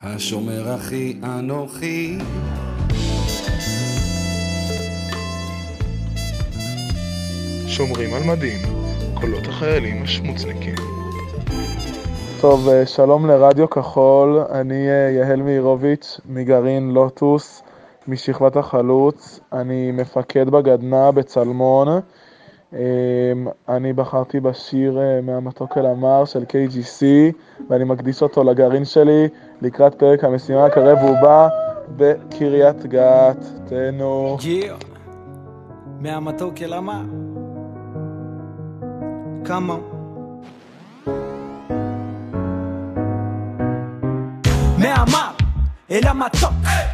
השומר אחי אנוכי. שומרים על מדים, קולות החיילים השמוצניקים. טוב, שלום לרדיו כחול, אני יהל מאירוביץ' מגרעין לוטוס, משכבת החלוץ, אני מפקד בגדנה בצלמון. אני בחרתי בשיר מהמתוק אל המר של KGC, ואני מקדיש אותו לגרעין שלי לקראת פרק המשימה הקרב ובא בקריית גת. תנו מהמתוק אל המר כמה מהמר אל המתוק,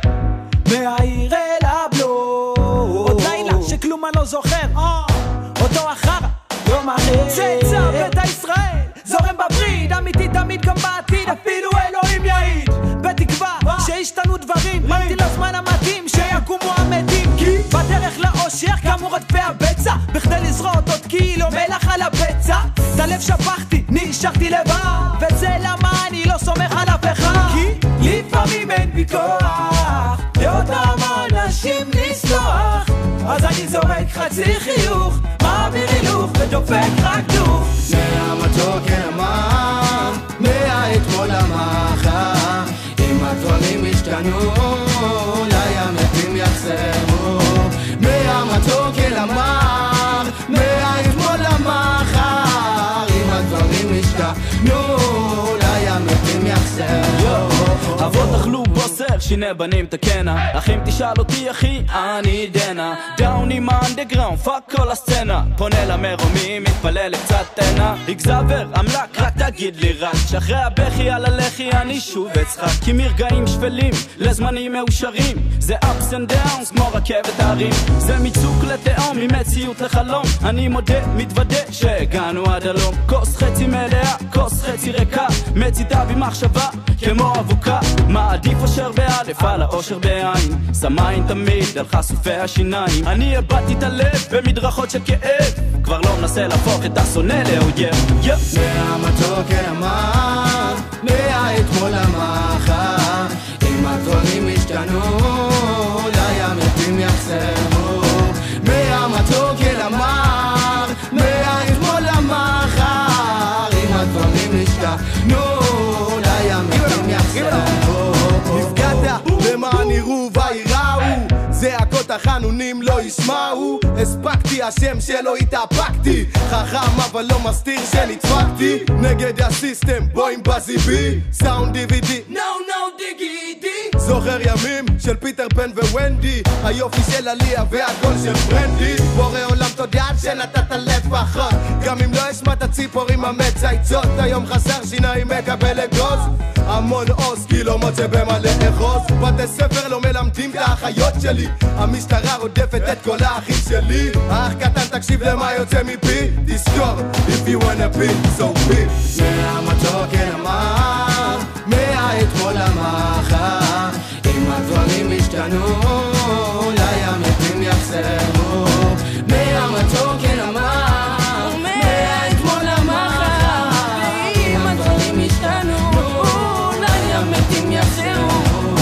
מהעיר אל הבלוק, עוד לילה שכלום אני לא זוכר, אותו אחר יום אחר צאצא בית ישראל זורם בבריד, אמיתי תמיד גם בעתיד, אפילו אלוהים יעיד, בתקווה שישתנו דברים, ממתין לזמן המתאים שיקומו המתים, כי בדרך לאושר קמו רדפי הבצע, בכדי לזרות עוד קילו מלח על הבצע, את הלב שפכתי, נשארתי לבד, וזה למה אני לא סומך על אף אחד, כי לפעמים אין בי כוח לאותם אנשים לסלוח, אז אני זורק חצי חיוך, מעביר הילוך ודופק רק דוך. מהמתוק אל המר, מהאתמול למחר, אם הדברים ישתנו, אולי המתים יחזרו. מהמתוק אל המר, מהאתמול למחר, אם הדברים ישתנו, אולי המתים יחזרו. אבות אכלו בוסר, שיני בנים תקנה, אחים תשאל אותי אחי, אני דנה, דאון עם האנדגראונד, פאק כל הסצנה, פונה למרומים, מתפלל לקצת תנה, אקזבר, עמלק, רק תגיד לי רק, שאחרי הבכי על הלחי אני שוב אצחק, כי מרגעים שפלים, לזמנים מאושרים, זה ups and downs כמו רכבת הרים, זה מצוק לתאום, ממציאות לחלום, אני מודה, מתוודה, שהגענו עד הלום, כוס חצי מלאה, כוס חצי ריקה, מציתה במחשבה, כמו אבוקה, מעדיף אושר באלף על האושר בעין, סמיים תמיד על חשופי השיניים, אני הבאתי את הלב במדרכות של כאב, כבר לא מנסה להפוך את השונא לאויב. מהמתוק אל המר, מהאתמול למחר, אם הדברים ישתנו, אולי המתים יחזרו. מהמתוק אל המר, מהאתמול למחר, אם הדברים ישתנו, אולי המתים יחזרו. נפגעת למען יראו ויראו, זעקות החנונים לא ישמעו, הספקתי השם שלו התאפקתי, חכם אבל לא מסתיר שנדפקתי, נגד הסיסטם בואים בזיבי, סאונד DVD no דיגידי, זוכר ימים של פיטר פן וונדי, היופי של עליה והקול של ברנדי, בורא עולם תודה שנתת לפחות, גם אם לא השמעת ציפורים המצייצות, היום חסר שיניים מקבל אגוז, המון עוז כי לא מוצא במה לאחוז, בתי ספר לא מלמדים את האחיות שלי, המשטרה רודפת את כל האחים שלי, האח קטן תקשיב למה יוצא מפי, תזכור if you wanna be so be. מהמתוק אל המר, מהאתמול למחר, אם הדברים ישתנו, אולי המתים יחזרו. מהמתוק אל המר, מהאתמול למחר, אם הדברים ישתנו, אולי המתים יחזרו.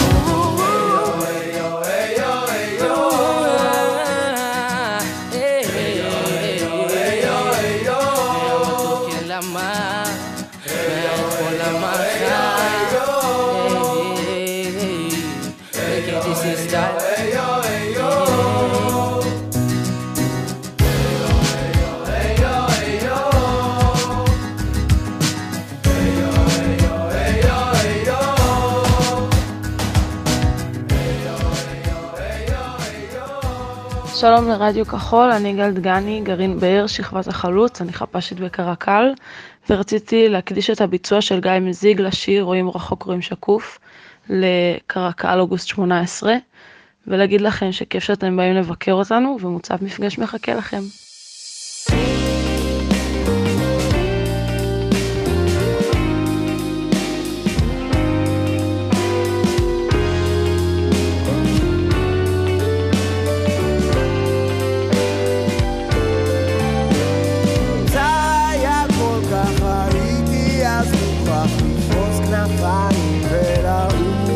שלום לרדיו כחול, אני גל דגני, גרעין בעיר, שכבת החלוץ, אני חפשת בקרקל, ורציתי להקדיש את הביצוע של גיא מזיג לשיר רואים רחוק רואים שקוף, לקרקל אוגוסט 18, ולהגיד לכם שכיף שאתם באים לבקר אותנו, ומוצב מפגש מחכה לכם. אז מוכרח לפרוס כנפיים ולעוף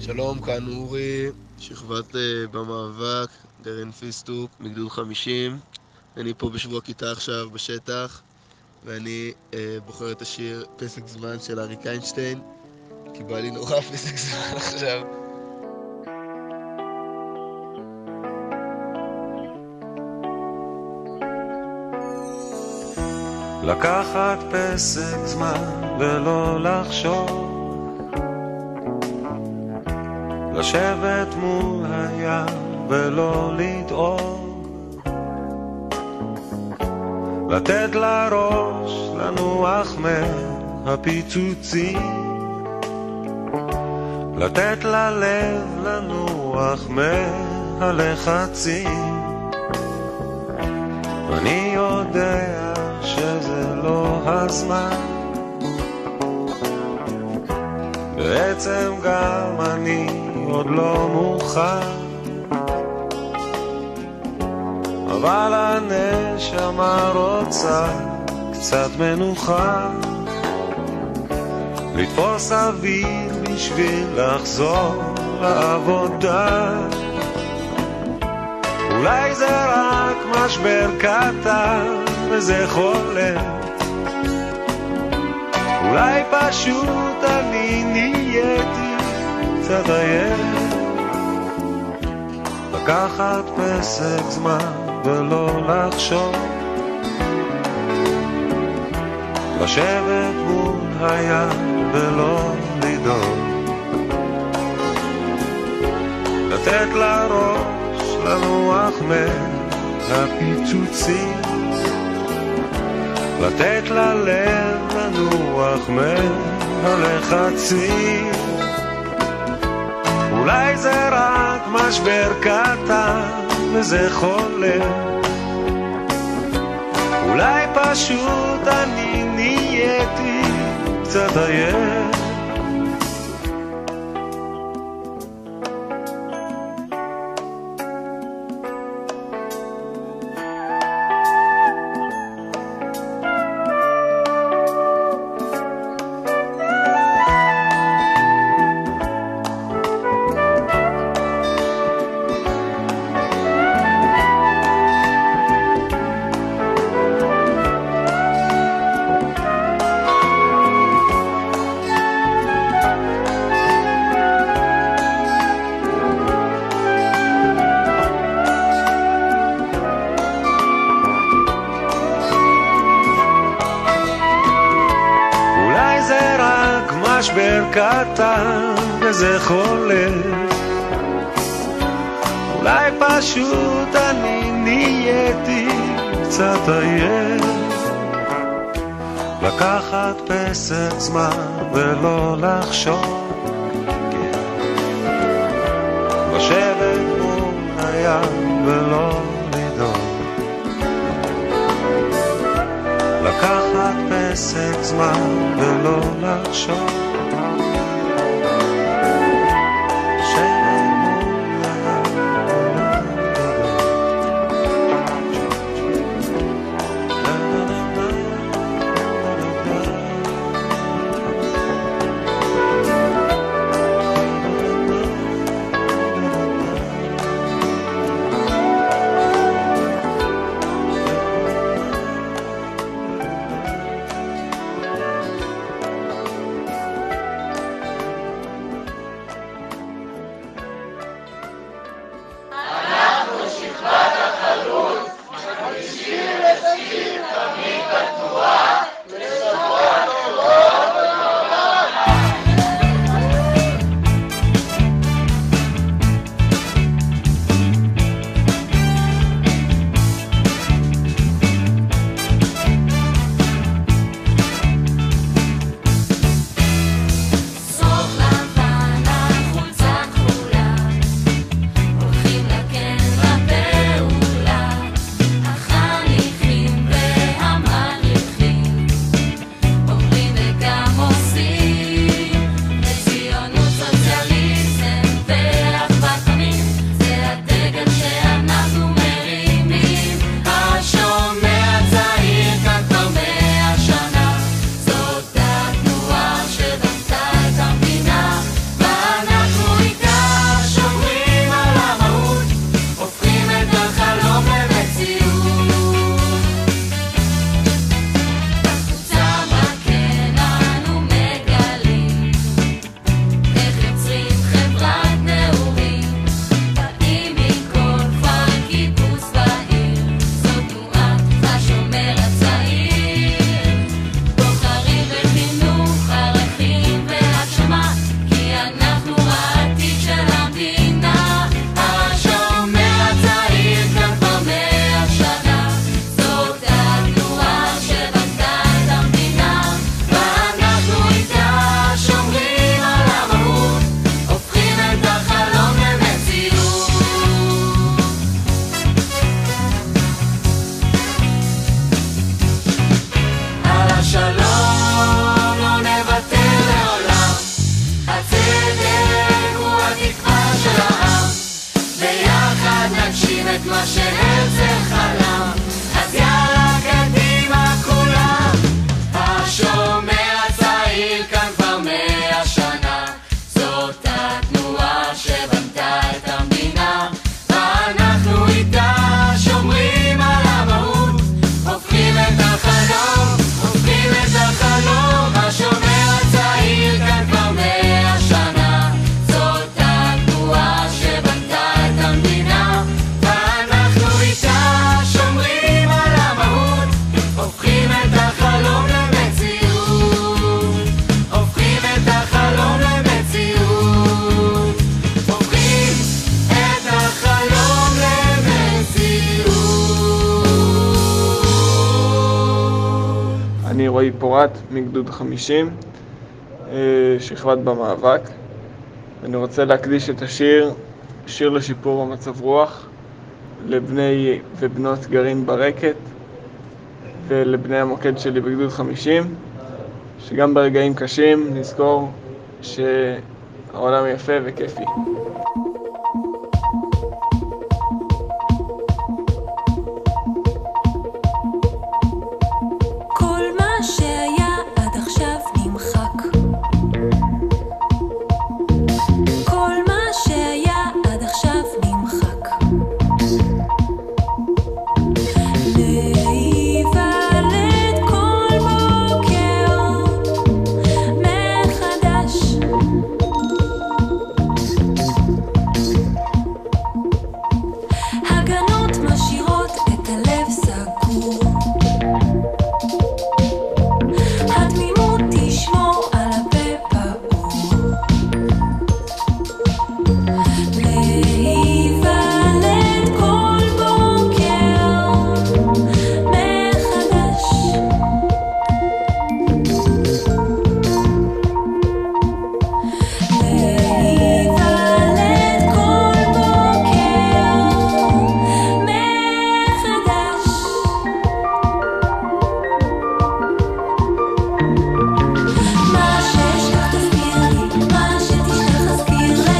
שלום, כאן אורי, שכבת במאבק, גרעין פיסטוק, מגדוד 50. אני פה בשבוע כיתה עכשיו בשטח, ואני בוחר את השיר פסק זמן של אריק איינשטיין, כי בא לי נורא פסק זמן עכשיו. לקחת פסק זמן ולא לחשוב, לשבת מול הים ולא לדאוג, לתת לראש לנוח מהפיצוצים, לתת ללב לנוח מהלחצים. אני יודע שזה לא הזמן, בעצם גם אני עוד לא מוכן, אבל הנשמה רוצה קצת מנוחה, לתפוס אוויר בשביל לחזור לעבודה. אולי זה רק משבר קטן וזה חולם, אולי פשוט אני נהייתי קצת עייף. לקחת פסק זמן ולא לחשוב, לשבת מול הים ולא לדאוג, לתת לראש לנוח מהפיצוצים, לתת ללב לנוח מהלחצים. אולי זה רק משבר קטן וזה חולם, אולי פשוט אני נהייתי קצת עייף. משבר קטן וזה חולף, אולי פשוט אני נהייתי קצת עייף. לקחת פסק זמן ולא לחשוב, לשבת מול הים ולא לדאוג, לקחת פסק זמן ולא לחשוב, את מה שהרצל חלם, אז יאללה קדימה כולם. השומר הצעיר כאן כבר 100 שנה, זאת התנועה שבנתה את המדינה, ואנחנו איתה שומרים על המהות, הופכים את החלום, הופכים את החלום. השומר הצעיר כאן כבר 100 שנה, זאת התנועה שבנתה את המדינה, ואנחנו איתה שומרים על המהות, הופכים את החלום למציאות, הופכים את החלום למציאות, הופכים את החלום למציאות. אני רועי פורט מגדוד 50, שכבת במאבק. אני רוצה להקדיש את השיר, שיר לשיפור המצב רוח, לבני ובנות גרעין ברקת ולבני המוקד שלי בגדוד 50, שגם ברגעים קשים נזכור שהעולם יפה וכיפי. כל מה שהיה עד עכשיו נמחק, כל מה שהיה עד עכשיו נמחק. להיוולד כל בוקר מחדש, הגנות משאירות את הלב סגור, התמימות תשמור על הפה פעור. להיוולד כל בוקר מחדש, להיוולד כל בוקר מחדש. מה שאשכח תזכיר לי, מה שתשכח אזכיר לך,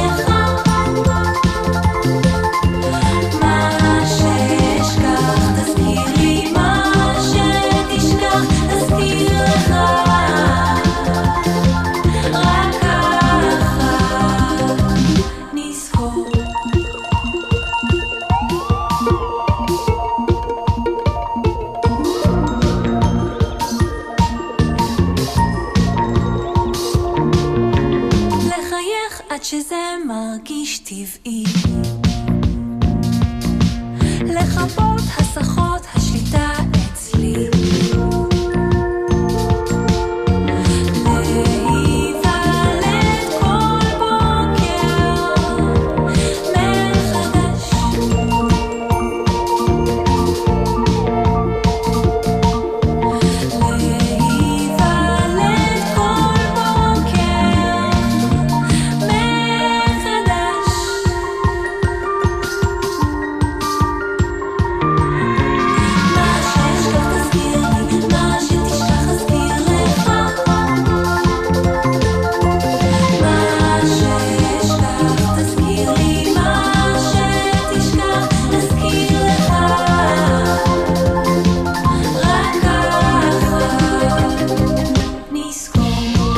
מה שאשכח תזכיר לי, מה שתשכח אזכיר לך, רק ככה נזכור. לחייך עד שזה מרגיש טבעי, לחפות הסחות השליטה אצלי, להיוולד כל בוקר מחדש, להיוולד כל בוקר מחדש. מה שאשכח תזכיר לי, מה שתשכח אזכיר לך, מה שאשכח תזכיר לי, מה שתשכח אזכיר לך, רק ככה נזכור.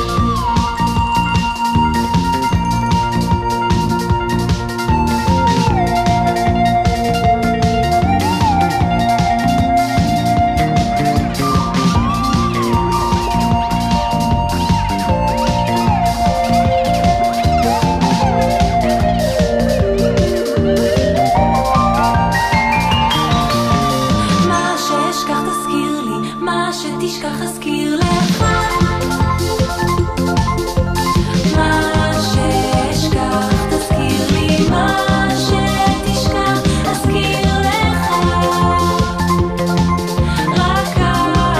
מה שאשכח תזכיר לי, מה שתשכח אזכיר לך, מה שאשכח תזכיר לי, מה שתשכח אזכיר לך, רק ככה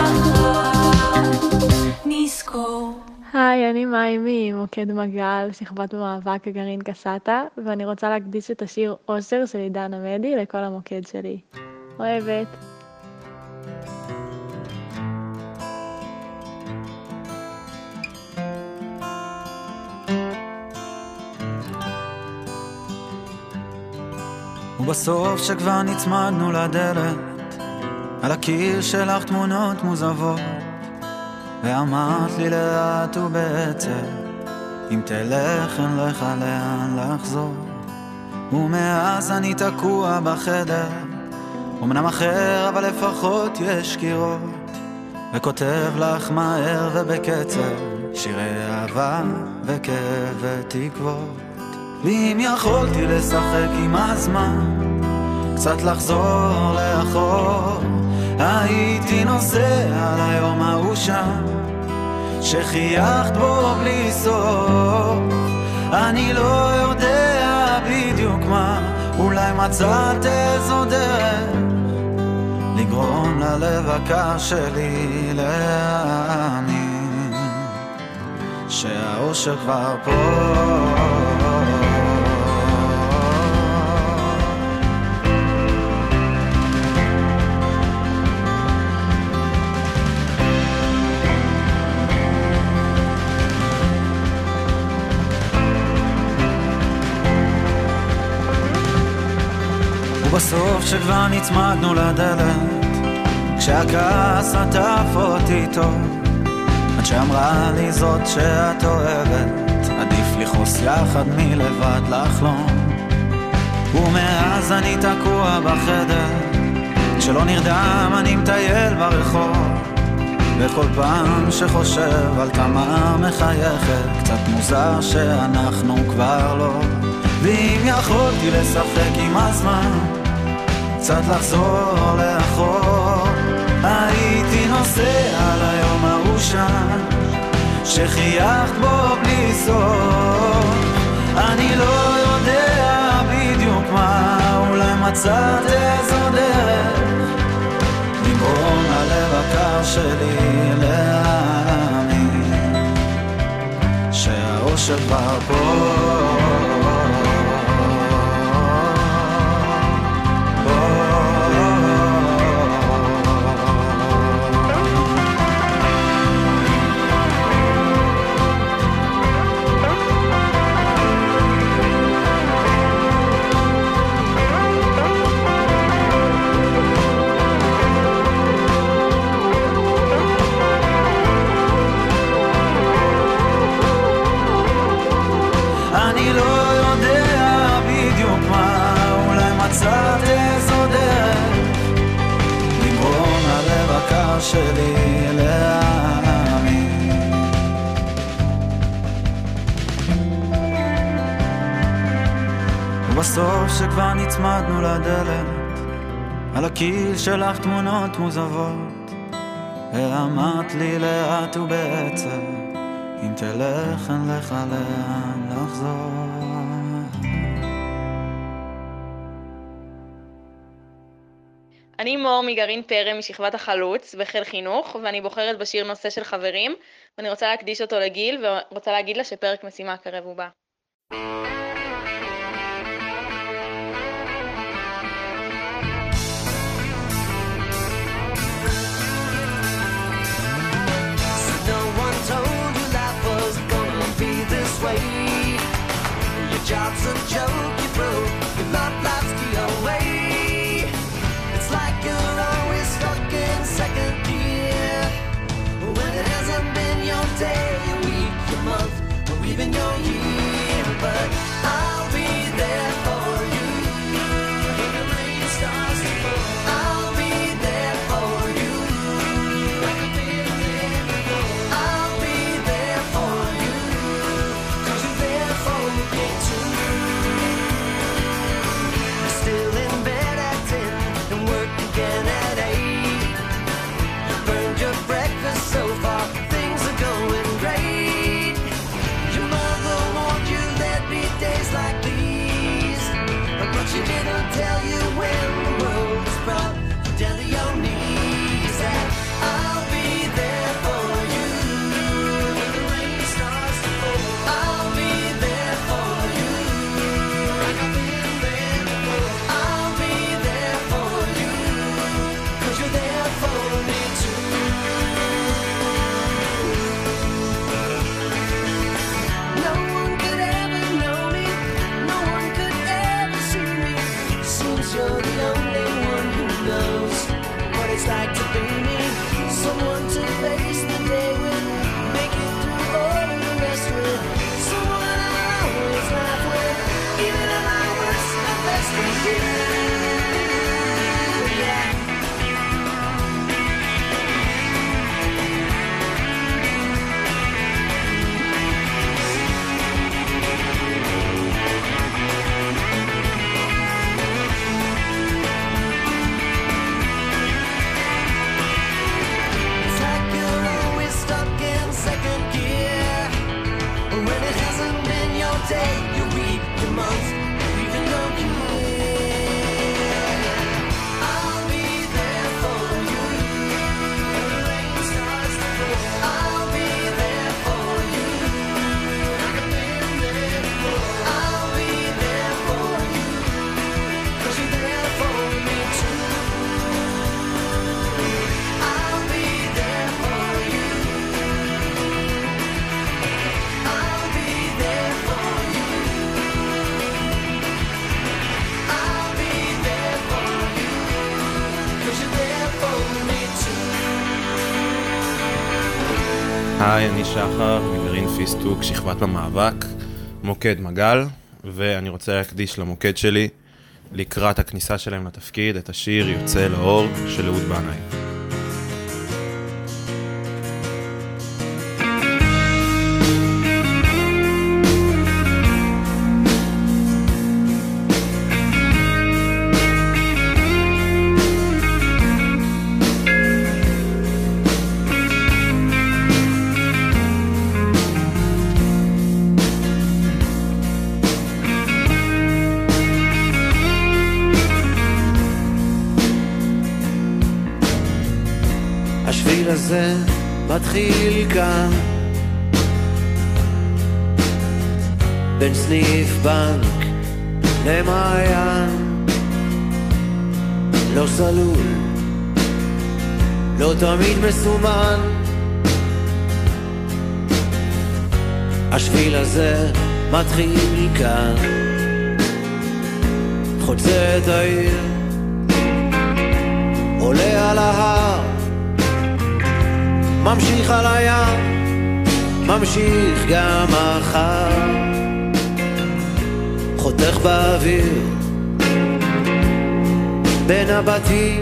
נזכור. היי, אני מאימי, מוקד מגל, שכבת במאבק הגרעין קסטה, ואני רוצה להקדיש את השיר אושר של עידן עמדי לכל המוקד שלי. אוהבת. ובסוף שכבר נצמדנו לדלת, על הקיר שלך תמונות מוזבות, ואמרת לי לאט ובעצם, אם תלך אין לך לאן לחזור. ומאז אני תקוע בחדר, אמנם אחר אבל לפחות יש קירות, וכותב לך מהר ובקצב שירי אהבה וכאב ותקוות. ואם יכולתי לשחק עם הזמן, קצת לחזור לאחור, הייתי נוסע ליום ההוא שם שחייכת בו בלי סוף. אני לא יודע בדיוק מה, אולי מצאת איזו דרך לגרום ללב הקר שלי להאמין שהאושר כבר פה. ובסוף שכבר נצמדנו לדלת, כשהכעס עטף אותי טוב, עד שאמרה לי זאת שאת אוהבת, עדיף לכעוס יחד מלבד לחלום. ומאז אני תקוע בחדר, כשלא נרדם אני מטייל ברחוב, וכל פעם שחושב על תמר מחייכת, קצת מוזר שאנחנו כבר לא. ואם יכולתי לשחק עם הזמן, קצת לחזור לאחור, הייתי נוסע ליום ההוא שם שחייכת בו בלי סוף. אני לא יודע בדיוק מה, אולי מצאת איזו דרך לגרום ללב הקר שלי להאמין שהאושר כבר פה. מצאת איזו דרך לגרום ללב הקר שלי להאמין. ובסוף שכבר נצמדנו לדלת, על הקיר שלך תמונות מוזבות, ואמרת לי לאט ובעצב, אם תלך אין לך לאן לחזור. אני מור מגרעין פרם משכבת החלוץ בחיל חינוך, ואני בוחרת בשיר נושא של חברים, ואני רוצה להקדיש אותו לגיל, ורוצה להגיד לה שפרק משימה קרב ובא. No one told you life was gonna be this way. Your job's a joke, you broke, your love life's the away. Like you're always stuck in second gear, when it hasn't been your day, your week, your month, or even your year. But I'll be there for you when the rain starts to fall. I'll be there for you. I'll be there for you, 'cause you're there for me too. היי, אני שחר, מגרעין פיסטוק, שכבת במאבק, מוקד מגל, ואני רוצה להקדיש למוקד שלי, לקראת הכניסה שלהם לתפקיד, את השיר יוצא לאור של אהוד בנאי. השביל הזה מתחיל כאן בין סניף בנק למעיין, לא סלול, לא תמיד מסומן. השביל הזה מתחיל כאן, חוצה את העיר, עולה על ההר, ממשיך על הים, ממשיך גם מחר, חותך באוויר בין הבתים,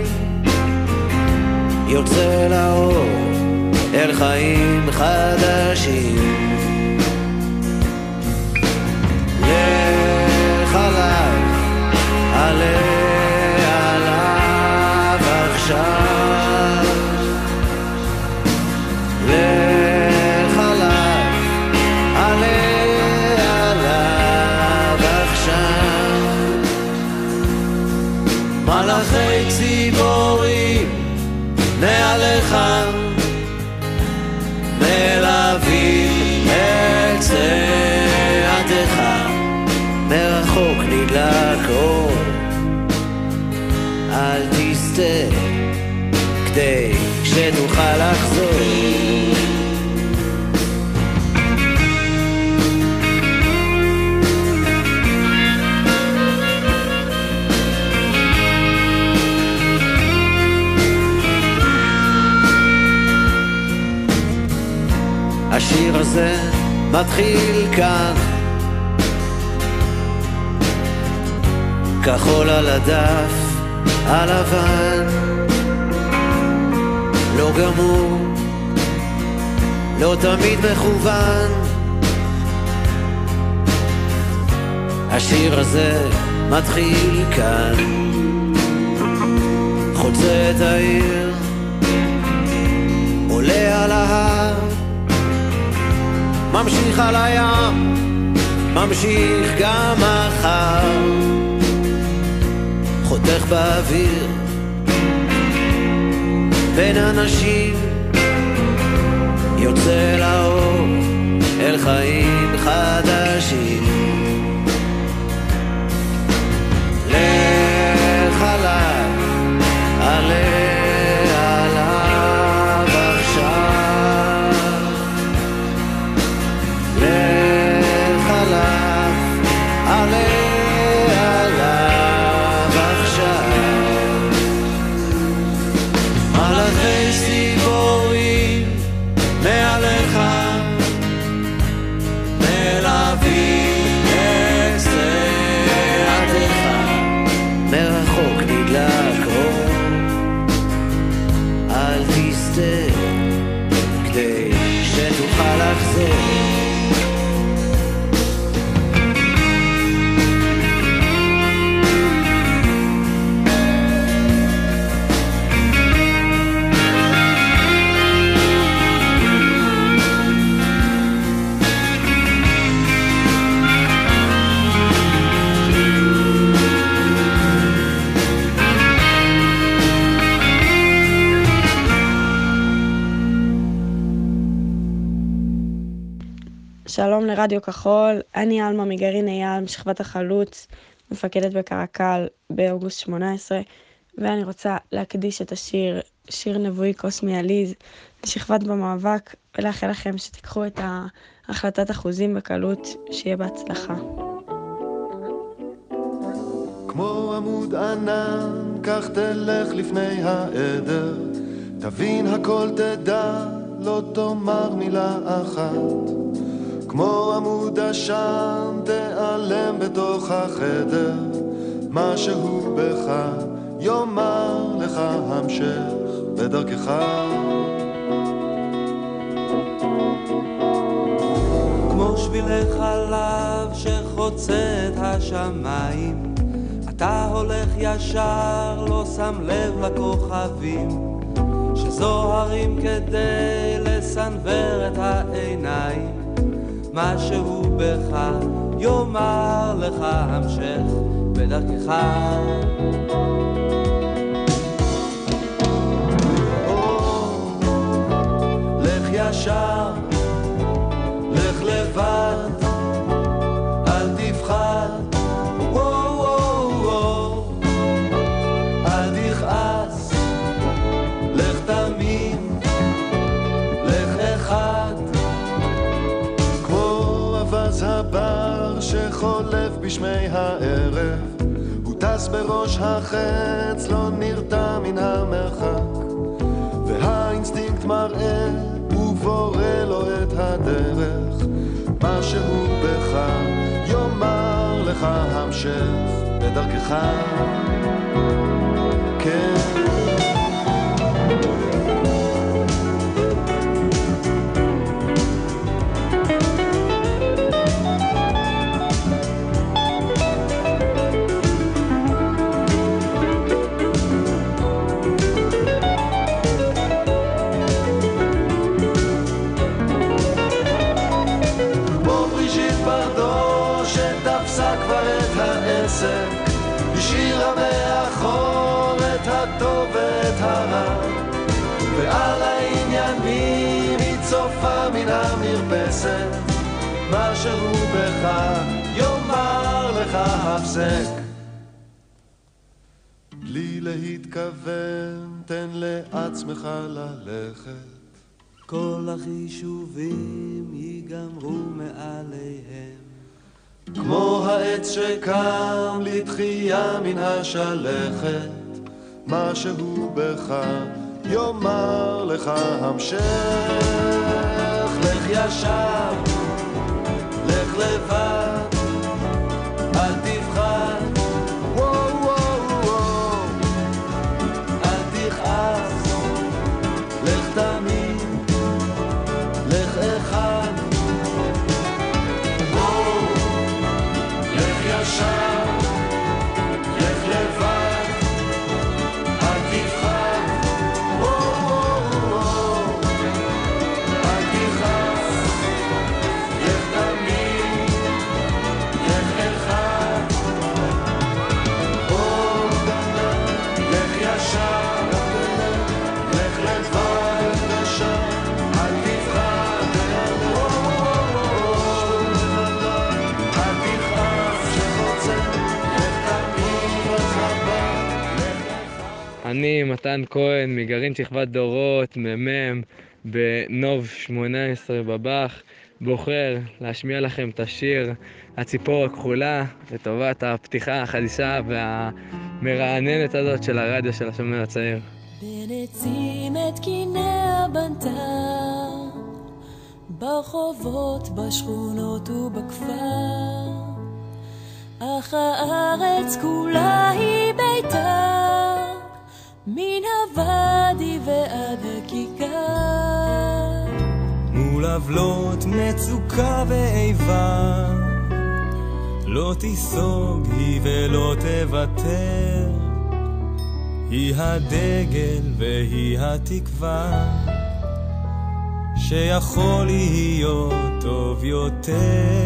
יוצא לאור אל חיים חדשים. לך עליו, עלה עליו עכשיו, לך עליו, עלה עליו עכשיו. מלאכי ציפורים מעליך מלווים את צעדיך, מרחוק נדלק אור, אל תסתה כדי שתוכל לחזור. השיר הזה מתחיל כאן, כחול על הדף הלבן, לא גמור, לא תמיד מכוון. השיר הזה מתחיל כאן, חוצה את העיר, עולה על ההר, ממשיך על הים, ממשיך גם מחר, חותך באוויר בין אנשים, יוצא לאור אל חיים חדשים. לך עליו, עלה עליו עכשיו, לך עליו, עלה עליו עכשיו. מלאכי ציפורים מעליך מלווים את צעדיך, מרחוק נדלק אור, אל תסתה כדי שתוכל לחזור. שלום לרדיו כחול, אני אלמה מגרעין אייל משכבת החלוץ, מפקדת בקרקל באוגוסט 18, ואני רוצה להקדיש את השיר, שיר נבואי קוסמי עליז, לשכבת במאבק, ולאחל לכם שתיקחו את החלטת אחוזים בקלות, שיהיה בהצלחה. כמו עמוד ענן, כך תלך לפני העדר, תבין הכל תדע, לא תאמר מילה אחת, כמו עמוד עשן תיעלם בתוך החדר, משהו בך יאמר לך המשך בדרכך. כמו שבילי חלב שחוצה את השמיים, אתה הולך ישר, לא שם לב לכוכבים שזוהרים כדי לסנבר את העיניים, משהו בך יאמר לך המשך בדרכך. לך ישר, לך לבד, אל תפחד, אל תכעס, לך תמים, לך אחד, כמו אבז הבר שחולף בשמי הערב, הוא טס בראש החץ, לא נרתע מן המרחק, והאינסטינקט מראה ובורא לו את הדרך, משהו בך יאמר לך המשך בדרכך. כן, השאירה מאחור את הטוב ואת הרע, ועל העניינים היא צופה מן המרפסת, משהו בך יאמר לך הפסק. בלי להתכוון תן לעצמך ללכת, כל החישובים ייגמרו מעליהם, כמו העץ שקם לתחייה מן השלכת, משהו בך יאמר לך המשך. לך ישר, לך לבד, אל תפחד, אל תכעס, לך תמים, לך אחד, ישר, לך לבד, אל תפחד, אל תכעס, לך תמיד, לך אחד, לך ישר, לך לבד, אל תפחד, אני מתן כהן מגרעין שכבת דורות, ממם בנוב 18 בבח, בוחר להשמיע לכם את השיר הציפור הכחולה לטובת הפתיחה החדישה והמרעננת הזאת של הרדיו של השומר הצעיר. בין עצים את קיניה בנתה, ברחובות, בשכונות ובכפר, אך הארץ כולה היא ביתה, מן הוואדי ועד הכיכר. מול עוולות, מצוקה ואיבה, לא תיסוג היא ולא תוותר, היא הדגל והיא התקווה, שיכול להיות טוב יותר.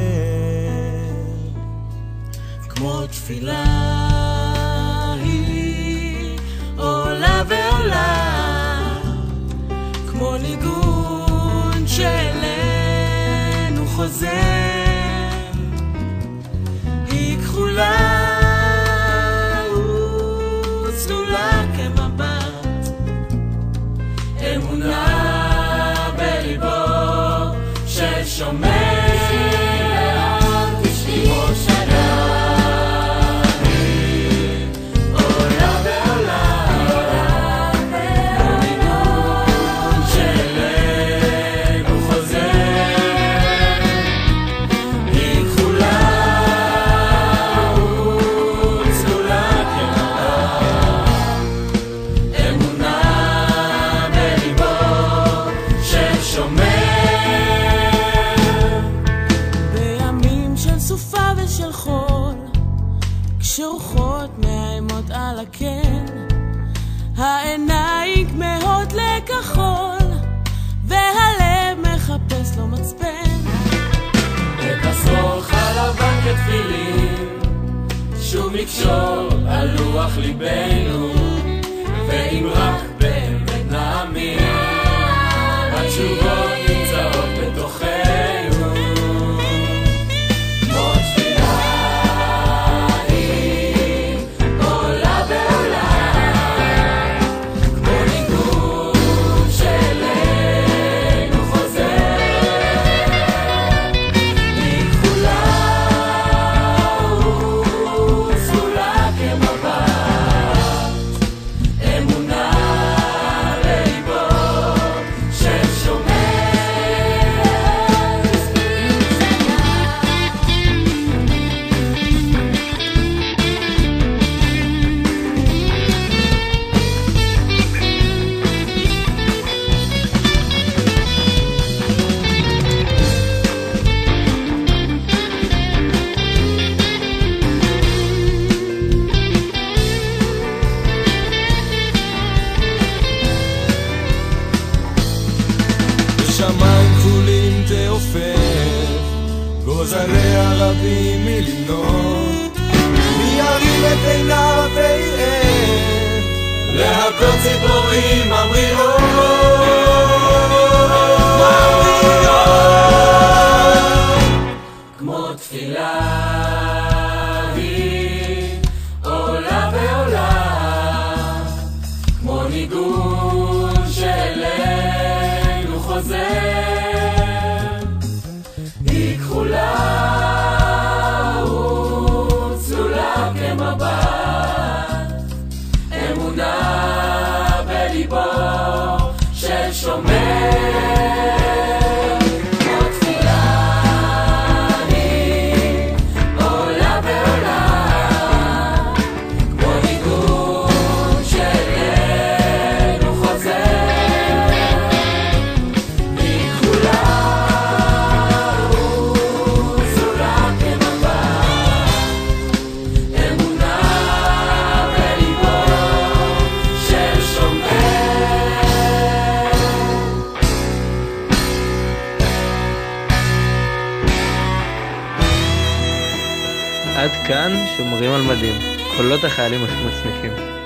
כמו תפילה היא עולה ועולה, כמו ניגון שאלינו חוזר, היא כחולה וצלולה כמבט, אמונה בליבו של שומר. של שרוחות מאיימות על הקן, העיניים כמהות לכחול, והלב מחפש לו מצפן. וכסור חלבן כתפילין, שום מקשור על לוח ליבנו, ואם רק באמת נאמין, התשובות נמצאות בתוכנו. כמו תפילה היא עולה בעולם, כמו ניגון שלנו חוזר, היא כחולה וסגולה כמבט, אמונה בליבו של שומר. בשמיים כחולים תעופף, גוזליה רבים מלמנות, מי ירים את עיניו ויראה, להכות ציפורים ממריאות, כמו תפילה היא עולה ועולה, כמו ניגון שלנו חוזר, היא כחולה וצלולה כמבט, אמונה בליבו של שומר. עד כאן שומרים על מדים, קולות החיילים השמוצניקים.